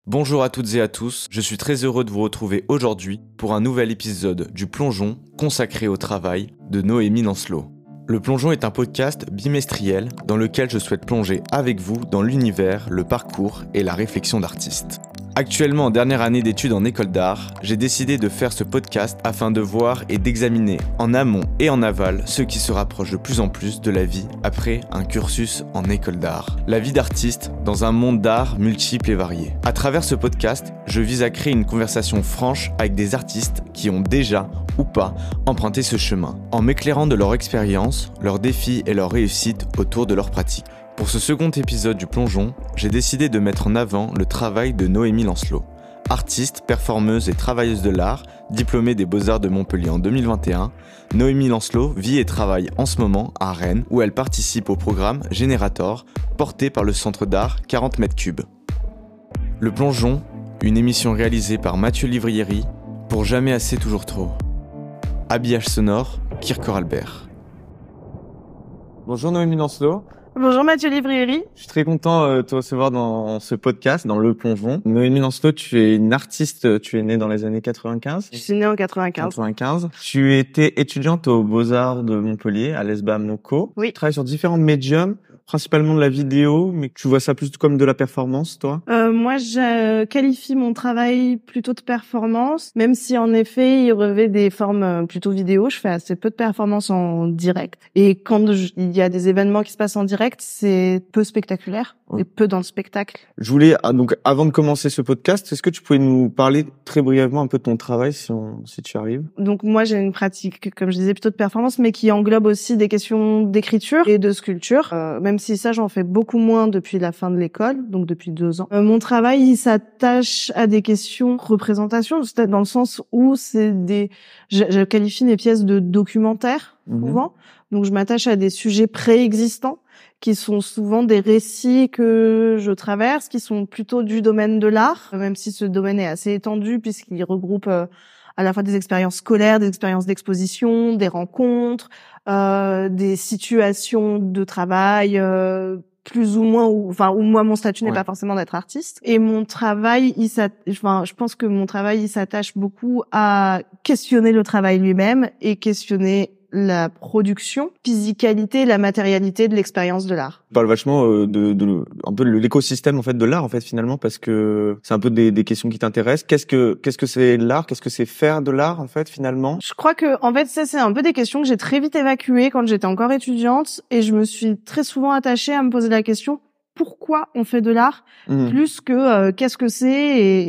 Bonjour à toutes et à tous, je suis très heureux de vous retrouver aujourd'hui pour un nouvel épisode du Plongeon consacré au travail de Noémie Lancelot. Le Plongeon est un podcast bimestriel dans lequel je souhaite plonger avec vous dans l'univers, le parcours et la réflexion d'artistes. Actuellement en dernière année d'études en école d'art, j'ai décidé de faire ce podcast afin de voir et d'examiner en amont et en aval ceux qui se rapprochent de plus en plus de la vie après un cursus en école d'art. La vie d'artiste dans un monde d'art multiple et varié. À travers ce podcast, je vise à créer une conversation franche avec des artistes qui ont déjà ou pas emprunté ce chemin, en m'éclairant de leur expérience, leurs défis et leurs réussites autour de leur pratique. Pour ce second épisode du Plongeon, j'ai décidé de mettre en avant le travail de Noémie Lancelot, artiste, performeuse et travailleuse de l'art, diplômée des Beaux-Arts de Montpellier en 2021. Noémie Lancelot vit et travaille en ce moment à Rennes, où elle participe au programme Générator, porté par le centre d'art 40 mètres cubes. Le Plongeon, une émission réalisée par Mathieu Livrieri, pour Jamais assez toujours trop. Habillage sonore, Kirkor Albert. Bonjour Noémie Lancelot. Bonjour Mathieu Livrieri. Je suis très content de te recevoir dans ce podcast, dans Le Plongeon. Noémie Lancelot, tu es une artiste, tu es née dans les années 95. Je suis née en 95. Tu étais étudiante aux Beaux-Arts de Montpellier, à l'ESBA MNOCO. Oui. Tu travailles sur différents médiums, principalement de la vidéo, mais tu vois ça plus comme de la performance, toi? Moi, je qualifie mon travail plutôt de performance, même si en effet, il revêt des formes plutôt vidéo. Je fais assez peu de performances en direct. Et quand il y a des événements qui se passent en direct, c'est peu spectaculaire et peu dans le spectacle. Je voulais, donc, avant de commencer ce podcast, est-ce que tu pouvais nous parler très brièvement un peu de ton travail, si tu arrives? Donc moi, j'ai une pratique, comme je disais, plutôt de performance, mais qui englobe aussi des questions d'écriture et de sculpture, même si ça, j'en fais beaucoup moins depuis la fin de l'école, donc depuis 2 ans. Mon travail, il s'attache à des questions de représentation, c'est-à-dire dans le sens où je qualifie mes pièces de documentaires, souvent. Donc je m'attache à des sujets préexistants, qui sont souvent des récits que je traverse, qui sont plutôt du domaine de l'art, même si ce domaine est assez étendu puisqu'il regroupe à la fois des expériences scolaires, des expériences d'exposition, des rencontres, des situations de travail, plus ou moins, où moi mon statut n'est pas forcément d'être artiste. Et mon travail, je pense que mon travail, il s'attache beaucoup à questionner le travail lui-même et questionner la production, physicalité, la matérialité de l'expérience de l'art. Je parle vachement un peu de l'écosystème en fait de l'art en fait finalement parce que c'est un peu des questions qui t'intéressent. Qu'est-ce que c'est l'art? Qu'est-ce que c'est faire de l'art en fait finalement? Je crois que en fait ça c'est un peu des questions que j'ai très vite évacuées quand j'étais encore étudiante et je me suis très souvent attachée à me poser la question pourquoi on fait de l'art plus que qu'est-ce que c'est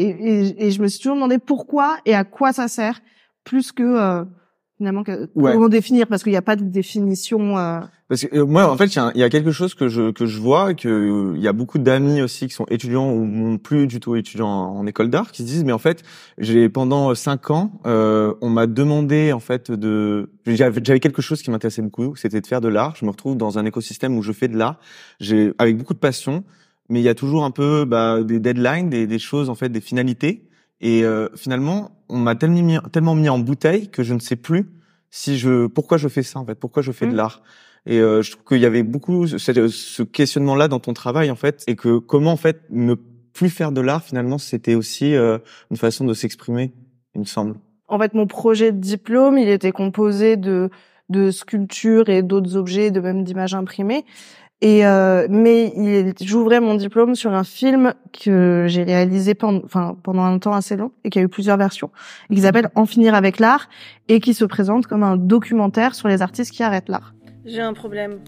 et je me suis toujours demandé pourquoi et à quoi ça sert plus que finalement comment définir parce qu'il n'y a pas de définition Parce que moi en fait il y a quelque chose que je vois que il y a beaucoup d'amis aussi qui sont étudiants ou non plus du tout étudiants en école d'art qui se disent mais en fait pendant 5 ans on m'a demandé en fait j'avais quelque chose qui m'intéressait beaucoup, c'était de faire de l'art. Je me retrouve dans un écosystème où je fais de l'art, avec beaucoup de passion, mais il y a toujours un peu des deadlines, des choses en fait, des finalités. Et finalement, on m'a tellement mis en bouteille que je ne sais plus pourquoi je fais ça en fait, pourquoi je fais de l'art. Et je trouve qu'il y avait beaucoup ce questionnement-là dans ton travail en fait, et que comment en fait ne plus faire de l'art finalement, c'était aussi une façon de s'exprimer, il me semble. En fait, mon projet de diplôme, il était composé de sculptures et d'autres objets, de même d'images imprimées. Et mais j'ouvrais mon diplôme sur un film que j'ai réalisé pendant un temps assez long et qui a eu plusieurs versions, et qui s'appelle En finir avec l'art et qui se présente comme un documentaire sur les artistes qui arrêtent l'art. J'ai un problème.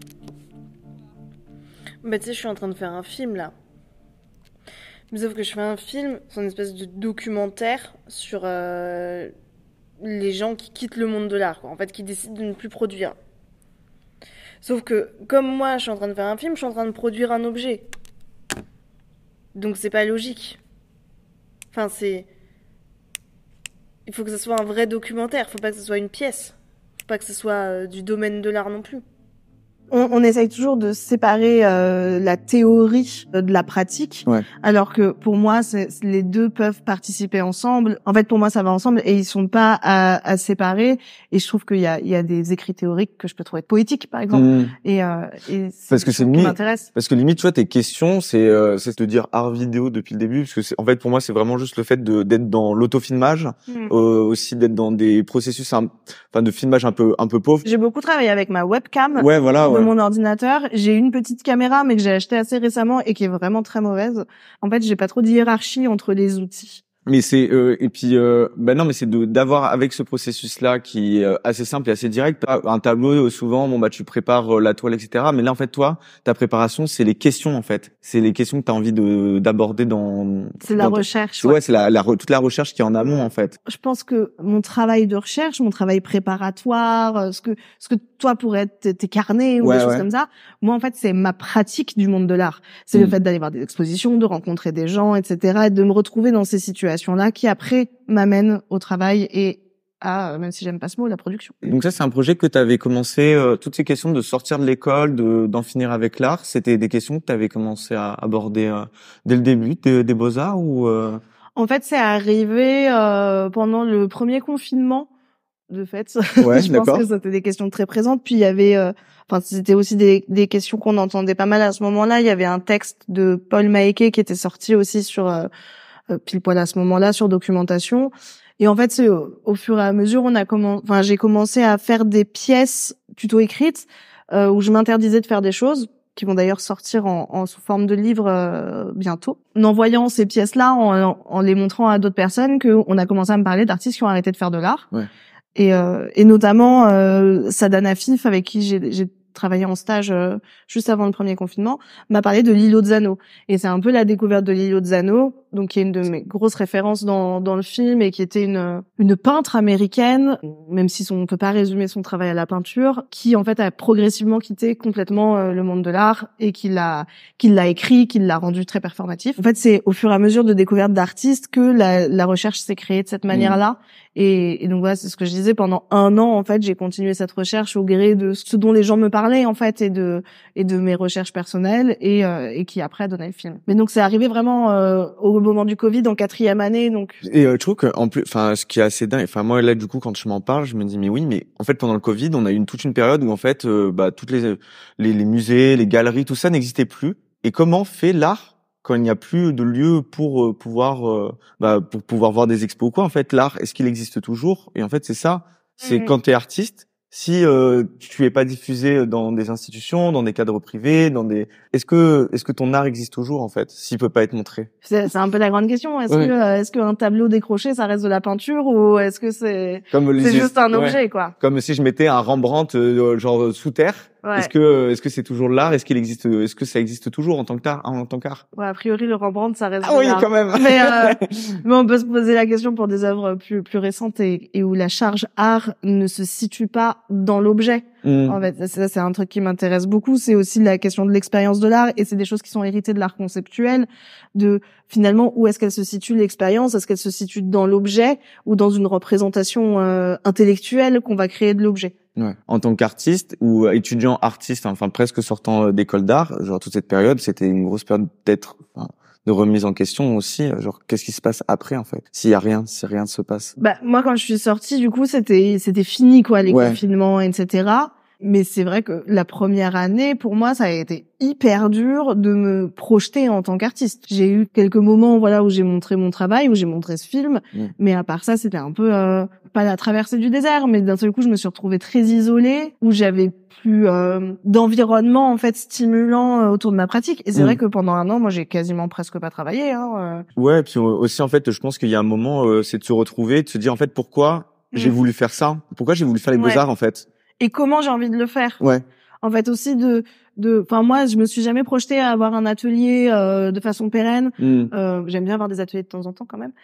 Tu sais, je suis en train de faire un film là. Mais sauf que je fais un film, c'est une espèce de documentaire sur les gens qui quittent le monde de l'art, quoi. En fait, qui décident de ne plus produire. Sauf que, comme moi, je suis en train de faire un film, je suis en train de produire un objet. Donc c'est pas logique. Il faut que ce soit un vrai documentaire, faut pas que ce soit une pièce. Faut pas que ce soit du domaine de l'art non plus. on essaye toujours de séparer la théorie de la pratique, alors que pour moi, les deux peuvent participer ensemble. En fait, pour moi, ça va ensemble et ils sont pas à séparer. Et je trouve qu'il y a des écrits théoriques que je peux trouver poétiques, par exemple. Et parce que c'est m'intéresse. Parce que limite, tu vois, tes questions, c'est de dire art vidéo depuis le début, parce que en fait, pour moi, c'est vraiment juste le fait d'être dans l'autofilmage, aussi d'être dans des processus, de filmage un peu pauvre. J'ai beaucoup travaillé avec ma webcam de mon ordinateur. J'ai une petite caméra, mais que j'ai achetée assez récemment et qui est vraiment très mauvaise. En fait, j'ai pas trop de hiérarchie entre les outils. Mais c'est non, mais c'est d'avoir avec ce processus là qui est assez simple et assez direct. Un tableau, souvent tu prépares la toile, etc. Mais là en fait toi, ta préparation c'est les questions en fait, c'est les questions que t'as envie d'aborder dans. C'est la recherche. Ouais, c'est toute la recherche qui est en amont en fait. Je pense que mon travail de recherche, mon travail préparatoire, ce que toi pourrait être tes carnets ou des choses comme ça. Moi en fait c'est ma pratique du monde de l'art. C'est le fait d'aller voir des expositions, de rencontrer des gens, etc. Et de me retrouver dans ces situations-là qui après m'amènent au travail et à, même si j'aime pas ce mot, la production. Et donc ça, c'est un projet que tu avais commencé, toutes ces questions de sortir de l'école, d'en finir avec l'art, c'était des questions que tu avais commencé à aborder dès le début des Beaux-Arts ou En fait, c'est arrivé pendant le premier confinement, de fait. Ouais, je pense que c'était des questions très présentes. Puis il y avait, c'était aussi des questions qu'on entendait pas mal à ce moment-là. Il y avait un texte de Paul Maeke qui était sorti aussi sur pile poil à ce moment-là sur documentation. Et en fait, c'est au fur et à mesure, j'ai commencé à faire des pièces plutôt écrites où je m'interdisais de faire des choses qui vont d'ailleurs sortir en sous forme de livre bientôt. En envoyant ces pièces-là, en les montrant à d'autres personnes, qu'on a commencé à me parler d'artistes qui ont arrêté de faire de l'art. Ouais. Et notamment Sadana Fif, avec qui j'ai travaillé en stage juste avant le premier confinement, m'a parlé de Lilo Zano. Et c'est un peu la découverte de Lilo Zano, donc qui est une de mes grosses références dans le film et qui était une peintre américaine, même si on peut pas résumer son travail à la peinture, qui en fait a progressivement quitté complètement le monde de l'art et qui l'a écrit, qui l'a rendu très performatif. En fait, c'est au fur et à mesure de découverte d'artistes que la recherche s'est créée de cette manière-là. Et donc voilà, c'est ce que je disais, pendant 1 an en fait, j'ai continué cette recherche au gré de ce dont les gens me parlaient en fait et de mes recherches personnelles et qui après a donné le film. Mais donc c'est arrivé vraiment au moment du Covid en 4e année donc. Et je trouve que en plus ce qui est assez dingue, moi là du coup quand je m'en parle, je me dis mais oui, mais en fait pendant le Covid, on a eu toute une période où en fait toutes les musées, les galeries, tout ça n'existait plus. Et comment fait l'art quand il n'y a plus de lieu pour pouvoir voir des expos ou quoi, en fait, l'art, est-ce qu'il existe toujours? Et en fait, c'est ça. C'est quand t'es artiste, si tu es pas diffusé dans des institutions, dans des cadres privés, est-ce que ton art existe toujours, en fait, s'il peut pas être montré? C'est un peu la grande question. Est-ce qu'un tableau décroché, ça reste de la peinture ou est-ce que c'est juste un objet, quoi? Comme si je mettais un Rembrandt, genre sous terre. Ouais. Est-ce que c'est toujours l'art? Est-ce que ça existe toujours en tant qu'art? Ouais, a priori, le Rembrandt, ça reste de l'art. Ah oui, quand même. Mais on peut se poser la question pour des œuvres plus récentes et où la charge art ne se situe pas dans l'objet. En fait, ça, c'est un truc qui m'intéresse beaucoup. C'est aussi la question de l'expérience de l'art et c'est des choses qui sont héritées de l'art conceptuel. De finalement, où est-ce qu'elle se situe l'expérience? Est-ce qu'elle se situe dans l'objet ou dans une représentation intellectuelle qu'on va créer de l'objet? Ouais. En tant qu'artiste ou étudiant artiste, presque sortant d'école d'art, genre toute cette période, c'était une grosse période peut-être de remise en question aussi. Genre qu'est-ce qui se passe après en fait? Si rien ne se passe. Moi quand je suis sortie, du coup c'était fini quoi les confinements etc. Mais c'est vrai que la première année, pour moi, ça a été hyper dur de me projeter en tant qu'artiste. J'ai eu quelques moments, où j'ai montré mon travail, où j'ai montré ce film. Mais à part ça, c'était un peu, pas la traversée du désert, mais d'un seul coup, je me suis retrouvée très isolée, où j'avais plus d'environnement, en fait, stimulant autour de ma pratique. Et c'est vrai que pendant 1 an, moi, j'ai quasiment presque pas travaillé. Ouais, et puis aussi, en fait, je pense qu'il y a un moment, c'est de se retrouver, de se dire, en fait, pourquoi j'ai voulu faire ça? Pourquoi j'ai voulu faire les Beaux-Arts, en fait? Et comment j'ai envie de le faire. Ouais. En fait aussi moi je me suis jamais projetée à avoir un atelier de façon pérenne. J'aime bien avoir des ateliers de temps en temps quand même.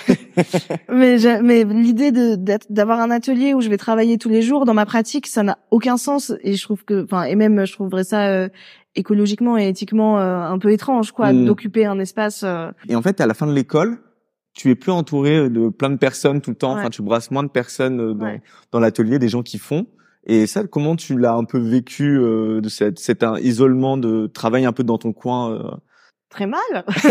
Mais l'idée d'avoir un atelier où je vais travailler tous les jours dans ma pratique, ça n'a aucun sens et je trouve je trouverais ça écologiquement et éthiquement un peu étrange d'occuper un espace Et en fait, à la fin de l'école, tu es plus entouré de plein de personnes tout le temps, tu brasses moins de personnes dans l'atelier, des gens qui font. Et ça, comment tu l'as un peu vécu de cet un isolement de travail un peu dans ton coin Très mal.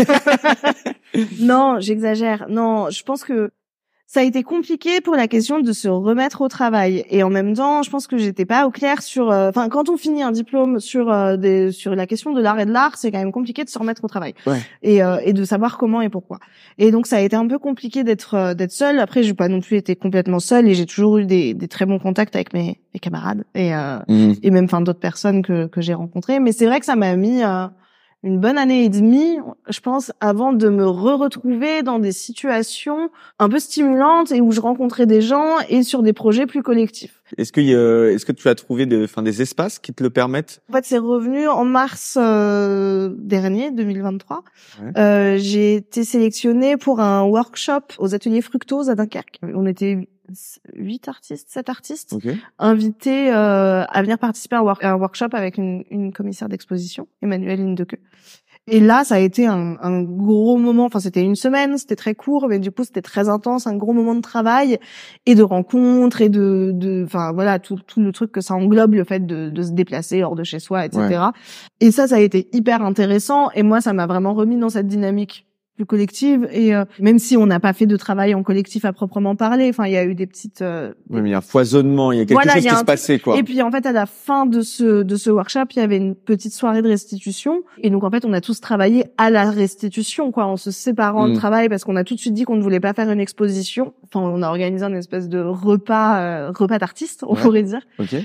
Non, j'exagère. Non, je pense que ça a été compliqué pour la question de se remettre au travail. Et en même temps, je pense que j'étais pas au clair sur... Enfin, quand on finit un diplôme sur la question de l'art et de l'art, c'est quand même compliqué de se remettre au travail. Ouais. Et de savoir comment et pourquoi. Et donc, ça a été un peu compliqué d'être seule. Après, j'ai pas non plus été complètement seule et j'ai toujours eu des très bons contacts avec mes camarades et même d'autres personnes que j'ai rencontrées. Mais c'est vrai que ça m'a mis... une bonne année et demie, je pense, avant de me retrouver dans des situations un peu stimulantes et où je rencontrais des gens et sur des projets plus collectifs. Est-ce que tu as trouvé des espaces qui te le permettent? En fait, c'est revenu en mars dernier, 2023. Ouais. J'ai été sélectionnée pour un workshop aux ateliers Fructose à Dunkerque. On était 7 artistes, Okay. invités à venir participer à un workshop avec une commissaire d'exposition, Emmanuelle Lindeke. Et là, ça a été un gros moment. Enfin, c'était une semaine, c'était très court, mais du coup, c'était très intense, un gros moment de travail et de rencontres et enfin voilà, tout le truc que ça englobe, le fait de se déplacer hors de chez soi, etc. Ouais. Et ça a été hyper intéressant. Et moi, ça m'a vraiment remis dans cette dynamique plus collective et même si on n'a pas fait de travail en collectif à proprement parler, enfin il y a eu des petites oui, mais il y a un foisonnement, il y a quelque chose qui se passait quoi. Et puis en fait à la fin de ce workshop, il y avait une petite soirée de restitution et donc en fait on a tous travaillé à la restitution quoi, en se séparant le travail parce qu'on a tout de suite dit qu'on ne voulait pas faire une exposition. Enfin on a organisé un espèce de repas d'artistes, on pourrait dire. Okay.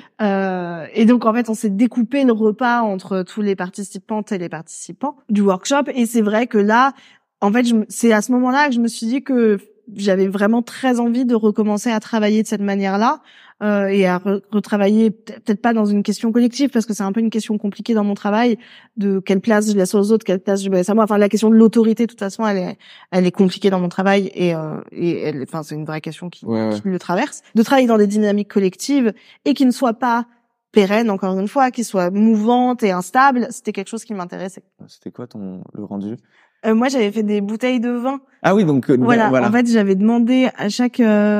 Et donc en fait on s'est découpé le repas entre tous les participantes et les participants du workshop et c'est vrai que là en fait, c'est à ce moment-là que je me suis dit que j'avais vraiment très envie de recommencer à travailler de cette manière-là et à retravailler, peut-être pas dans une question collective, parce que c'est un peu une question compliquée dans mon travail, de quelle place je laisse aux autres, quelle place je laisse à moi. Enfin, la question de l'autorité, de toute façon, elle est compliquée dans mon travail et enfin, c'est une vraie question qui le traverse. De travailler dans des dynamiques collectives et qui ne soient pas pérennes, encore une fois, qui soient mouvantes et instables, c'était quelque chose qui m'intéressait. C'était quoi le rendu? Moi, j'avais fait des bouteilles de vin. Ah oui, donc voilà. En fait, j'avais demandé à chaque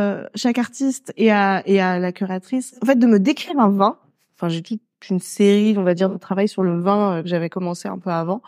artiste et à la curatrice, en fait, de me décrire un vin. Enfin, j'ai toute une série, on va dire, de travail sur le vin que j'avais commencé un peu avant,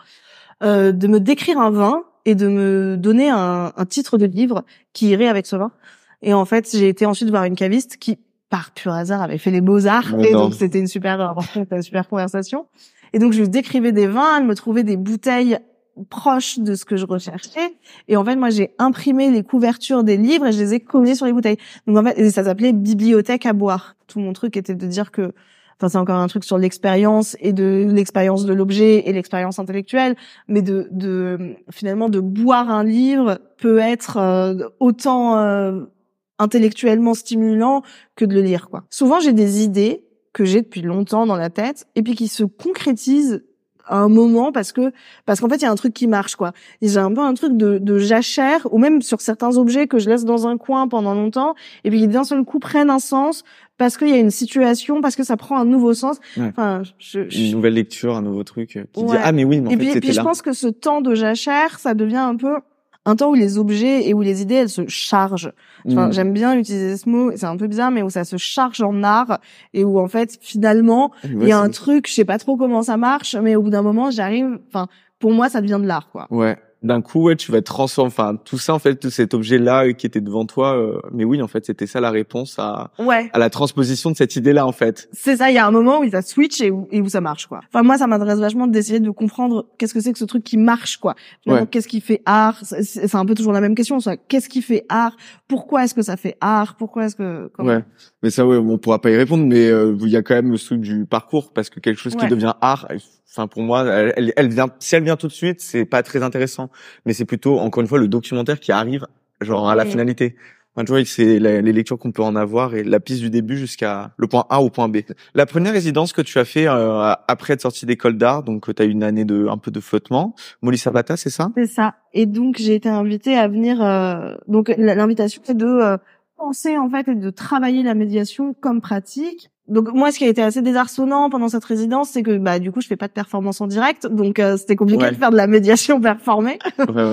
de me décrire un vin et de me donner un titre de livre qui irait avec ce vin. Et en fait, j'ai été ensuite voir une caviste qui, par pur hasard, avait fait les beaux-arts. Et donc, c'était une super rencontre, une super conversation. Et donc, je lui décrivais des vins, elle me trouvait des bouteilles proche de ce que je recherchais et en fait moi j'ai imprimé les couvertures des livres et je les ai collées sur les bouteilles. Donc en fait ça s'appelait bibliothèque à boire. Tout mon truc était de dire que enfin c'est encore un truc sur l'expérience et de l'expérience de l'objet et l'expérience intellectuelle, mais de finalement de boire un livre peut être autant intellectuellement stimulant que de le lire quoi. Souvent j'ai des idées que j'ai depuis longtemps dans la tête et puis qui se concrétisent à un moment parce qu'en fait il y a un truc qui marche quoi. J'ai un peu un truc de jachère ou même sur certains objets que je laisse dans un coin pendant longtemps et puis qui d'un seul coup prennent un sens parce qu'il y a une situation, parce que ça prend un nouveau sens. Ouais. Enfin, une nouvelle lecture, un nouveau truc qui dit ah mais oui, mais en fait c'était là. Et puis je pense que ce temps de jachère, ça devient un peu un temps où les objets et où les idées elles se chargent. Enfin, j'aime bien utiliser ce mot, c'est un peu bizarre, mais où ça se charge en art et où en fait finalement il y a un truc, je sais pas trop comment ça marche, mais au bout d'un moment j'arrive. Enfin, pour moi ça devient de l'art quoi. Ouais. D'un coup, tu vas te transformer. Enfin, tout ça, en fait, tout cet objet-là qui était devant toi. Mais oui, en fait, c'était ça la réponse à la transposition de cette idée-là, en fait. C'est ça. Il y a un moment où ça switch et où ça marche, quoi. Enfin, moi, ça m'intéresse vachement d'essayer de comprendre qu'est-ce que c'est que ce truc qui marche, quoi. Qu'est-ce qui fait art? C'est un peu toujours la même question. Ça. Qu'est-ce qui fait art? Pourquoi est-ce que ça fait art? Pourquoi est-ce que Ouais. Mais ça, on pourra pas y répondre. Mais il y a quand même le truc du parcours parce que quelque chose qui devient art. Enfin, pour moi, elle vient. Si elle vient tout de suite, c'est pas très intéressant. Mais c'est plutôt, encore une fois, le documentaire qui arrive, genre à la finalité. Enfin, tu vois, c'est les lectures qu'on peut en avoir et la piste du début jusqu'à le point A au point B. La première résidence que tu as fait après être sortie d'école d'art, donc tu as eu une année un peu de flottement. Molly Sabata, c'est ça? C'est ça. Et donc j'ai été invitée à venir. Donc l'invitation, c'est de penser en fait et de travailler la médiation comme pratique. Donc moi, ce qui a été assez désarçonnant pendant cette résidence, c'est que du coup, je fais pas de performance en direct, donc c'était compliqué de faire de la médiation performée. Ouais.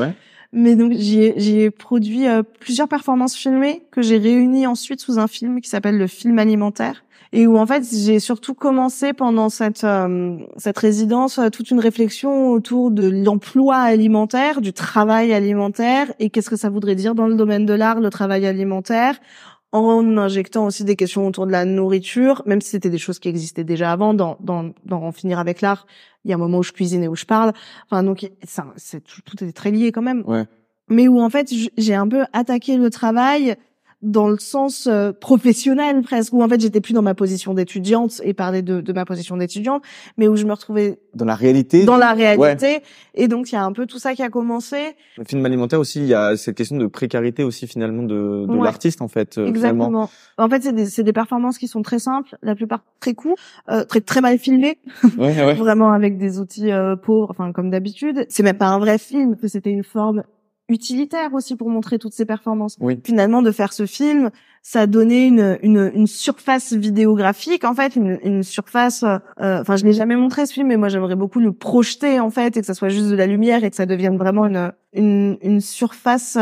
Mais donc j'ai produit plusieurs performances filmées que j'ai réunies ensuite sous un film qui s'appelle le film alimentaire, et où en fait j'ai surtout commencé pendant cette résidence toute une réflexion autour de l'emploi alimentaire, du travail alimentaire, et qu'est-ce que ça voudrait dire dans le domaine de l'art, le travail alimentaire, en injectant aussi des questions autour de la nourriture, même si c'était des choses qui existaient déjà avant. Dans En finir avec l'art, il y a un moment où je cuisine et où je parle. Enfin, donc tout est très lié quand même. Ouais. Mais où en fait j'ai un peu attaqué le travail dans le sens professionnel presque, où en fait j'étais plus dans ma position d'étudiante et parler de ma position d'étudiante, mais où je me retrouvais dans la réalité. Ouais. Et donc il y a un peu tout ça qui a commencé. Le film alimentaire aussi, il y a cette question de précarité aussi finalement de l'artiste en fait. Exactement. Finalement. En fait c'est des performances qui sont très simples, la plupart très courtes, très mal filmées. Ouais. Vraiment avec des outils pauvres, enfin comme d'habitude. C'est même pas un vrai film, que c'était une forme utilitaire aussi pour montrer toutes ces performances. Oui. Finalement, de faire ce film, ça a donné une surface vidéographique, en fait, une surface. Enfin, je l'ai jamais montré ce film, mais moi j'aimerais beaucoup le projeter en fait, et que ça soit juste de la lumière et que ça devienne vraiment une surface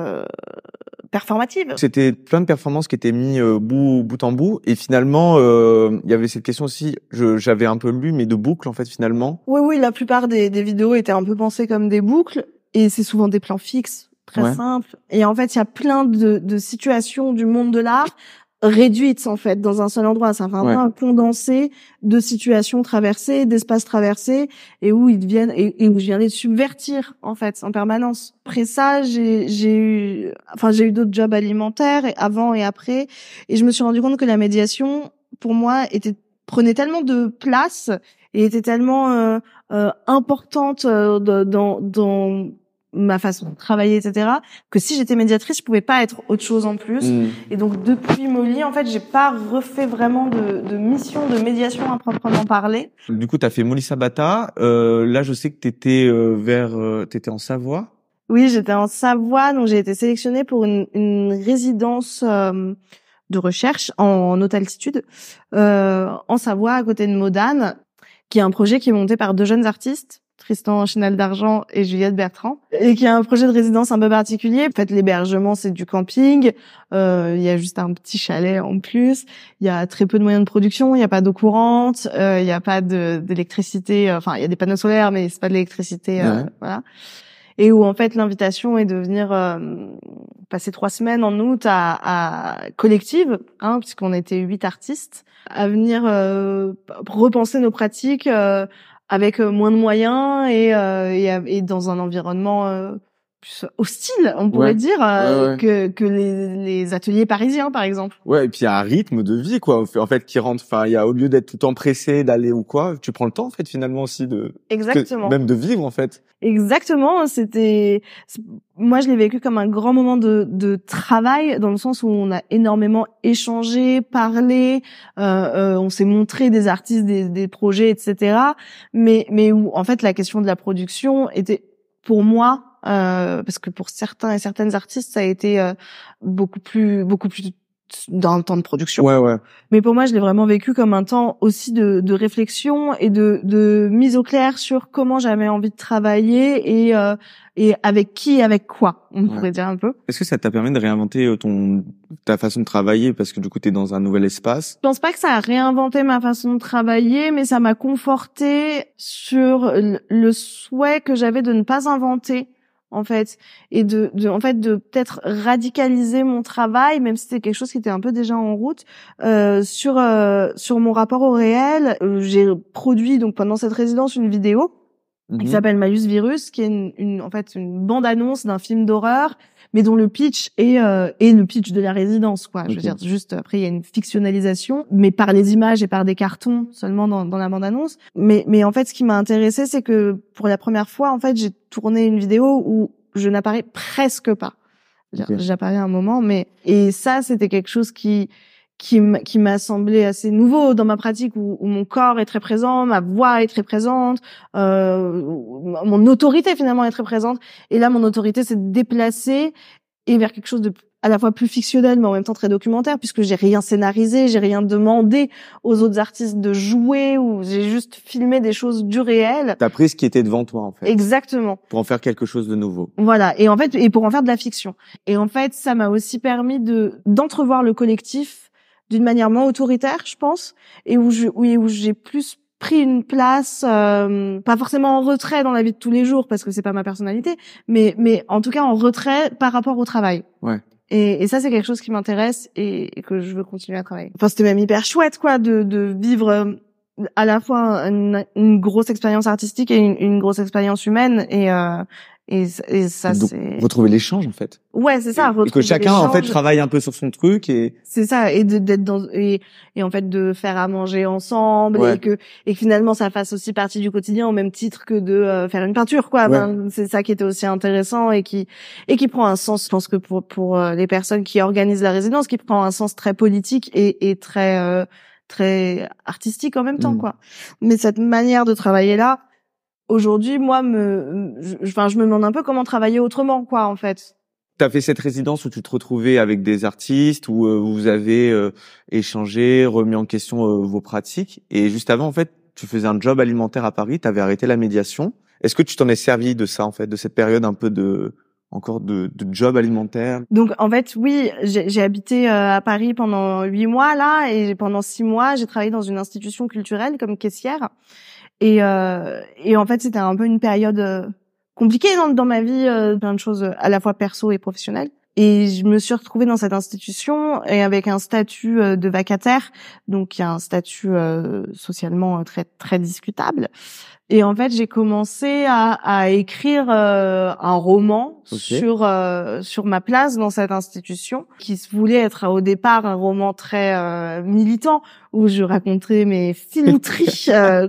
performative. C'était plein de performances qui étaient mis bout en bout, et finalement il y avait cette question aussi. J'avais un peu lu, mais de boucles en fait finalement. Oui, la plupart des vidéos étaient un peu pensées comme des boucles. Et c'est souvent des plans fixes, très simples. Et en fait, il y a plein de situations du monde de l'art réduites, en fait, dans un seul endroit. Ça fait un peu un condensé de situations traversées, d'espaces traversés, et où ils deviennent, et où je viens les subvertir, en fait, en permanence. Après ça, j'ai eu d'autres jobs alimentaires, avant et après. Et je me suis rendu compte que la médiation, pour moi, prenait tellement de place et était tellement importante dans ma façon de travailler, etc., que si j'étais médiatrice, je pouvais pas être autre chose en plus. Et donc, depuis Molly, en fait, j'ai pas refait vraiment de mission de médiation à proprement parler. Du coup, t'as fait Molly Sabata. Là, je sais que t'étais en Savoie. Oui, j'étais en Savoie, donc j'ai été sélectionnée pour une résidence de recherche en haute altitude en Savoie, à côté de Modane, qui est un projet qui est monté par deux jeunes artistes, Tristan Chenal d'Argent et Juliette Bertrand, et qui est un projet de résidence un peu particulier. En fait, l'hébergement, c'est du camping. Il y a juste un petit chalet en plus. Il y a très peu de moyens de production. Il n'y a pas d'eau courante. Il n'y a pas d'électricité. Enfin, il y a des panneaux solaires, mais c'est pas de l'électricité. Voilà. Et où, en fait, l'invitation est de venir passer 3 semaines en août à Collective, puisqu'on était 8 artistes, à venir repenser nos pratiques avec moins de moyens et dans un environnement plus hostile, on pourrait dire, que les ateliers parisiens, par exemple. Ouais, et puis il y a un rythme de vie, quoi, en fait, qui rentre. Enfin, il y a, au lieu d'être tout le temps pressé d'aller ou quoi, tu prends le temps, en fait, finalement aussi Exactement. Même de vivre, en fait. Exactement. Moi, je l'ai vécu comme un grand moment de travail, dans le sens où on a énormément échangé, parlé, on s'est montré des artistes, des projets, etc. Mais où, en fait, la question de la production était, pour moi, parce que pour certains et certaines artistes, ça a été beaucoup plus dans le temps de production. Ouais. Mais pour moi, je l'ai vraiment vécu comme un temps aussi de réflexion et de mise au clair sur comment j'avais envie de travailler et avec qui et avec quoi, on pourrait dire un peu. Est-ce que ça t'a permis de réinventer ta façon de travailler, parce que du coup t'es dans un nouvel espace? Je pense pas que ça a réinventé ma façon de travailler, mais ça m'a conforté sur le souhait que j'avais de ne pas inventer, en fait, et de peut-être radicaliser mon travail, même si c'était quelque chose qui était un peu déjà en route, sur mon rapport au réel. J'ai produit donc pendant cette résidence une vidéo qui s'appelle Malus Virus, qui est une bande-annonce d'un film d'horreur, mais dont le pitch est le pitch de la résidence, quoi. Je veux dire, juste après il y a une fictionnalisation, mais par les images et par des cartons seulement dans la bande-annonce. Mais en fait, ce qui m'a intéressée, c'est que pour la première fois, en fait, j'ai tourné une vidéo où je n'apparais presque pas. J'apparais un moment, et ça, c'était quelque chose qui m'a semblé assez nouveau dans ma pratique, où mon corps est très présent, ma voix est très présente, mon autorité finalement est très présente. Et là, mon autorité s'est déplacée et vers quelque chose de à la fois plus fictionnel, mais en même temps très documentaire, puisque j'ai rien scénarisé, j'ai rien demandé aux autres artistes de jouer, ou j'ai juste filmé des choses du réel. T'as pris ce qui était devant toi, en fait. Exactement. Pour en faire quelque chose de nouveau. Voilà. Et en fait, et pour en faire de la fiction. Et en fait, ça m'a aussi permis d'entrevoir le collectif d'une manière moins autoritaire, je pense, et où j'ai plus pris une place, pas forcément en retrait dans la vie de tous les jours, parce que c'est pas ma personnalité, mais en tout cas en retrait par rapport au travail. Ouais. Et ça, c'est quelque chose qui m'intéresse et que je veux continuer à travailler. Enfin, c'était même hyper chouette, quoi, de vivre à la fois une grosse expérience artistique et une grosse expérience humaine. Et ça, donc, c'est... retrouver l'échange, en fait. Ouais, c'est ça. Et que chacun, en fait, travaille un peu sur son truc et... C'est ça. Et d'être dans, et en fait, de faire à manger ensemble, ouais. et que finalement, ça fasse aussi partie du quotidien au même titre que de faire une peinture, quoi. Ouais. Ben, c'est ça qui était aussi intéressant et qui prend un sens, je pense que pour les personnes qui organisent la résidence, qui prend un sens très politique et très, très artistique en même temps, quoi. Mais cette manière de travailler là, aujourd'hui, moi, je me demande un peu comment travailler autrement, quoi, en fait. T'as fait cette résidence où tu te retrouvais avec des artistes, où vous avez échangé, remis en question vos pratiques. Et juste avant, en fait, tu faisais un job alimentaire à Paris, t'avais arrêté la médiation. Est-ce que tu t'en es servi de ça, en fait, de cette période un peu de job alimentaire? Donc, en fait, oui, j'ai habité à Paris pendant 8 mois, là, et pendant 6 mois, j'ai travaillé dans une institution culturelle comme caissière. Et en fait, c'était un peu une période compliquée dans ma vie, plein de choses à la fois perso et professionnelles. Et je me suis retrouvée dans cette institution et avec un statut de vacataire, donc il y a un statut socialement très très discutable. Et en fait, j'ai commencé à écrire un roman sur ma place dans cette institution, qui se voulait être au départ un roman très militant, où je racontais mes filouteries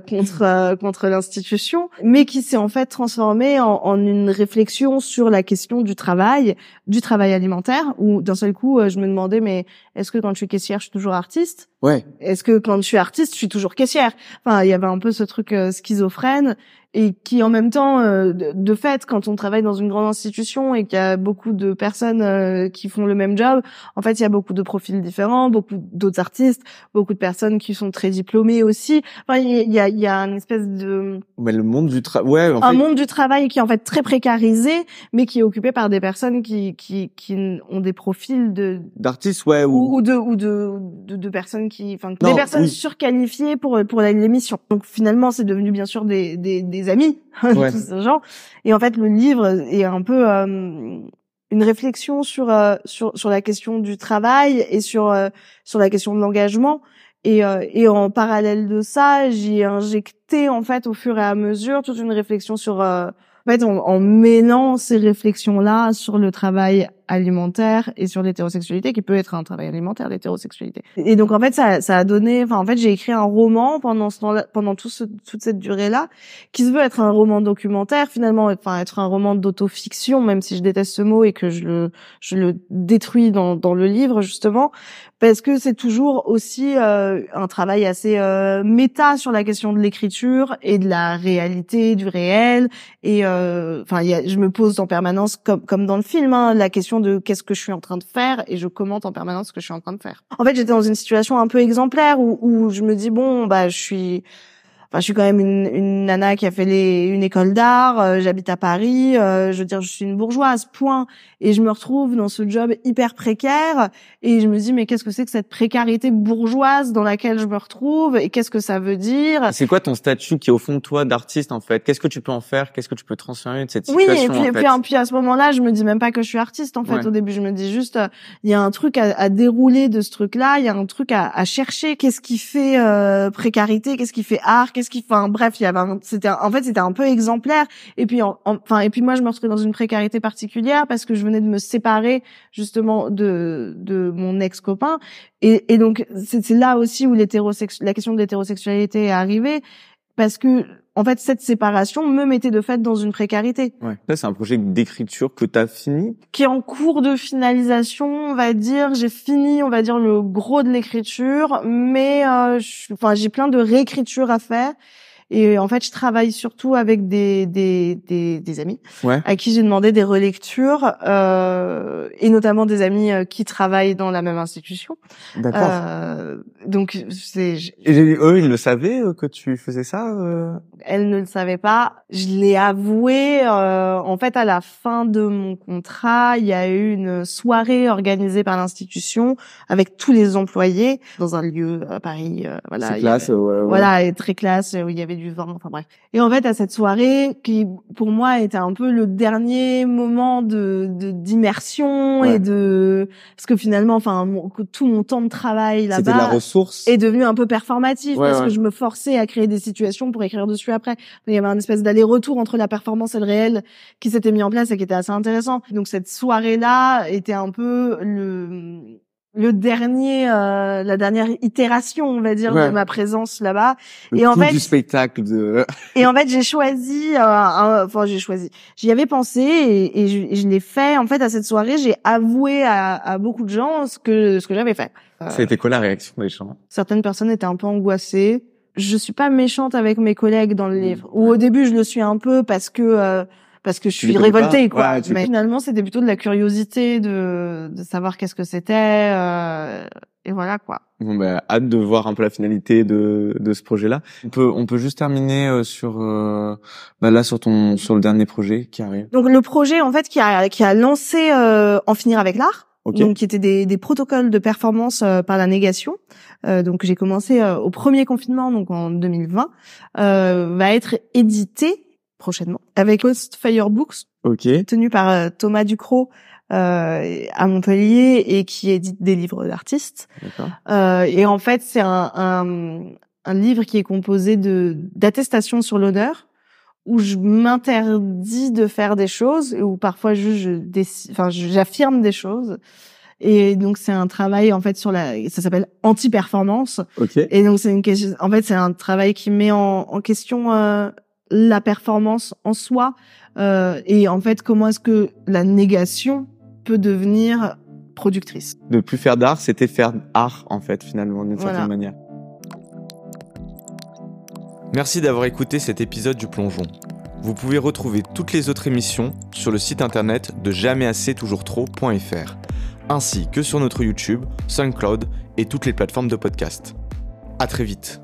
contre l'institution, mais qui s'est en fait transformé en une réflexion sur la question du travail alimentaire, où d'un seul coup, je me demandais, mais est-ce que quand je suis caissière, je suis toujours artiste? Ouais. Est-ce que quand je suis artiste, je suis toujours caissière? Enfin, il y avait un peu ce truc schizophrène, et qui en même temps, de fait, quand on travaille dans une grande institution et qu'il y a beaucoup de personnes qui font le même job, en fait, il y a beaucoup de profils différents, beaucoup d'autres artistes, beaucoup de personnes qui sont très diplômées aussi. Enfin, il y a une espèce de... Mais le monde du travail, ouais, en fait... Un monde du travail qui est en fait très précarisé, mais qui est occupé par des personnes qui ont des profils d'artistes, ouais, ou de personnes des personnes surqualifiées pour l'émission. Donc finalement, c'est devenu bien sûr des amis, ouais. tous ces gens. Et en fait, le livre est un peu une réflexion sur la question du travail et sur la question de l'engagement. Et en parallèle de ça, j'ai injecté en fait au fur et à mesure toute une réflexion sur en fait, en mêlant ces réflexions-là sur le travail alimentaire et sur l'hétérosexualité, qui peut être un travail alimentaire, l'hétérosexualité. Et donc, en fait, ça a donné, en fait, j'ai écrit un roman pendant toute cette durée-là, qui se veut être un roman documentaire, finalement, être un roman d'autofiction, même si je déteste ce mot et que je le détruis dans le livre, justement, parce que c'est toujours aussi un travail assez méta sur la question de l'écriture et de la réalité, du réel. Et je me pose en permanence, comme dans le film, la question de qu'est-ce que je suis en train de faire, et je commente en permanence ce que je suis en train de faire. En fait, j'étais dans une situation un peu exemplaire où je me dis je suis quand même une nana qui a fait une école d'art, j'habite à Paris, je veux dire, je suis une bourgeoise, point. Et je me retrouve dans ce job hyper précaire, et je me dis, mais qu'est-ce que c'est que cette précarité bourgeoise dans laquelle je me retrouve, et qu'est-ce que ça veut dire? C'est quoi ton statut qui est au fond de toi d'artiste, en fait? Qu'est-ce que tu peux en faire? Qu'est-ce que tu peux transférer de cette situation? Oui, et puis à ce moment-là, je me dis même pas que je suis artiste, en fait. Ouais. Au début, je me dis juste, il y a un truc à dérouler de ce truc-là, il y a un truc à chercher. Qu'est-ce qui fait précarité? Qu'est-ce qui fait art? Bref, c'était un peu exemplaire. Et puis moi, je me retrouvais dans une précarité particulière parce que je venais de me séparer justement de mon ex-copain. Et donc c'est là aussi où la question de l'hétérosexualité est arrivée, parce que en fait, cette séparation me mettait de fait dans une précarité. Ouais. Ça, c'est un projet d'écriture que t'as fini? Qui est en cours de finalisation, on va dire. J'ai fini, on va dire, le gros de l'écriture, mais j'ai plein de réécriture à faire. Et en fait, je travaille surtout avec des amis à qui j'ai demandé des relectures, et notamment des amis qui travaillent dans la même institution. D'accord. Donc Et eux, ils le savaient que tu faisais ça Elle ne le savait pas. Je l'ai avoué. En fait, à la fin de mon contrat, il y a eu une soirée organisée par l'institution avec tous les employés dans un lieu à Paris. Voilà. C'est classe, ouais. Voilà, et très classe, où il y avait du vin. Enfin bref. Et en fait, à cette soirée, qui pour moi était un peu le dernier moment d'immersion et parce que finalement, enfin, tout mon temps de travail là-bas, c'était de la ressource, est devenu un peu performatif parce que je me forçais à créer des situations pour écrire dessus après. Il y avait un espèce d'aller-retour entre la performance et le réel qui s'était mis en place et qui était assez intéressant. Donc cette soirée-là était un peu la dernière itération, on va dire, de ma présence là-bas. Et en fait, du spectacle Et en fait, j'y avais pensé et je l'ai fait. En fait, à cette soirée, j'ai avoué à beaucoup de gens ce que j'avais fait. Ça a été quoi la réaction des gens? Certaines personnes étaient un peu angoissées. Je suis pas méchante avec mes collègues dans le livre. Ou au début, je le suis un peu parce que je suis révoltée, quoi. Mais finalement, c'était plutôt de la curiosité de savoir qu'est-ce que c'était, et voilà, quoi. Bon, hâte de voir un peu la finalité de ce projet-là. On peut juste terminer sur le dernier projet qui arrive. Donc, le projet, en fait, qui a lancé, En finir avec l'art. Okay. Donc, qui étaient des protocoles de performance par la négation. Donc, j'ai commencé au premier confinement, donc en 2020, va être édité prochainement avec Post Fire Books, tenu par Thomas Ducrot à Montpellier et qui édite des livres d'artistes. Et en fait, c'est un livre qui est composé d'attestations sur l'honneur, où je m'interdis de faire des choses, où parfois j'affirme des choses. Et donc c'est un travail en fait ça s'appelle anti-performance. Et donc c'est une question, en fait c'est un travail qui met en question la performance en soi, et en fait comment est-ce que la négation peut devenir productrice. De plus faire d'art, c'était faire art en fait finalement d'une certaine manière. Merci d'avoir écouté cet épisode du Plongeon. Vous pouvez retrouver toutes les autres émissions sur le site internet de JamaisAssetoujourstro.fr, ainsi que sur notre YouTube, SoundCloud et toutes les plateformes de podcast. À très vite.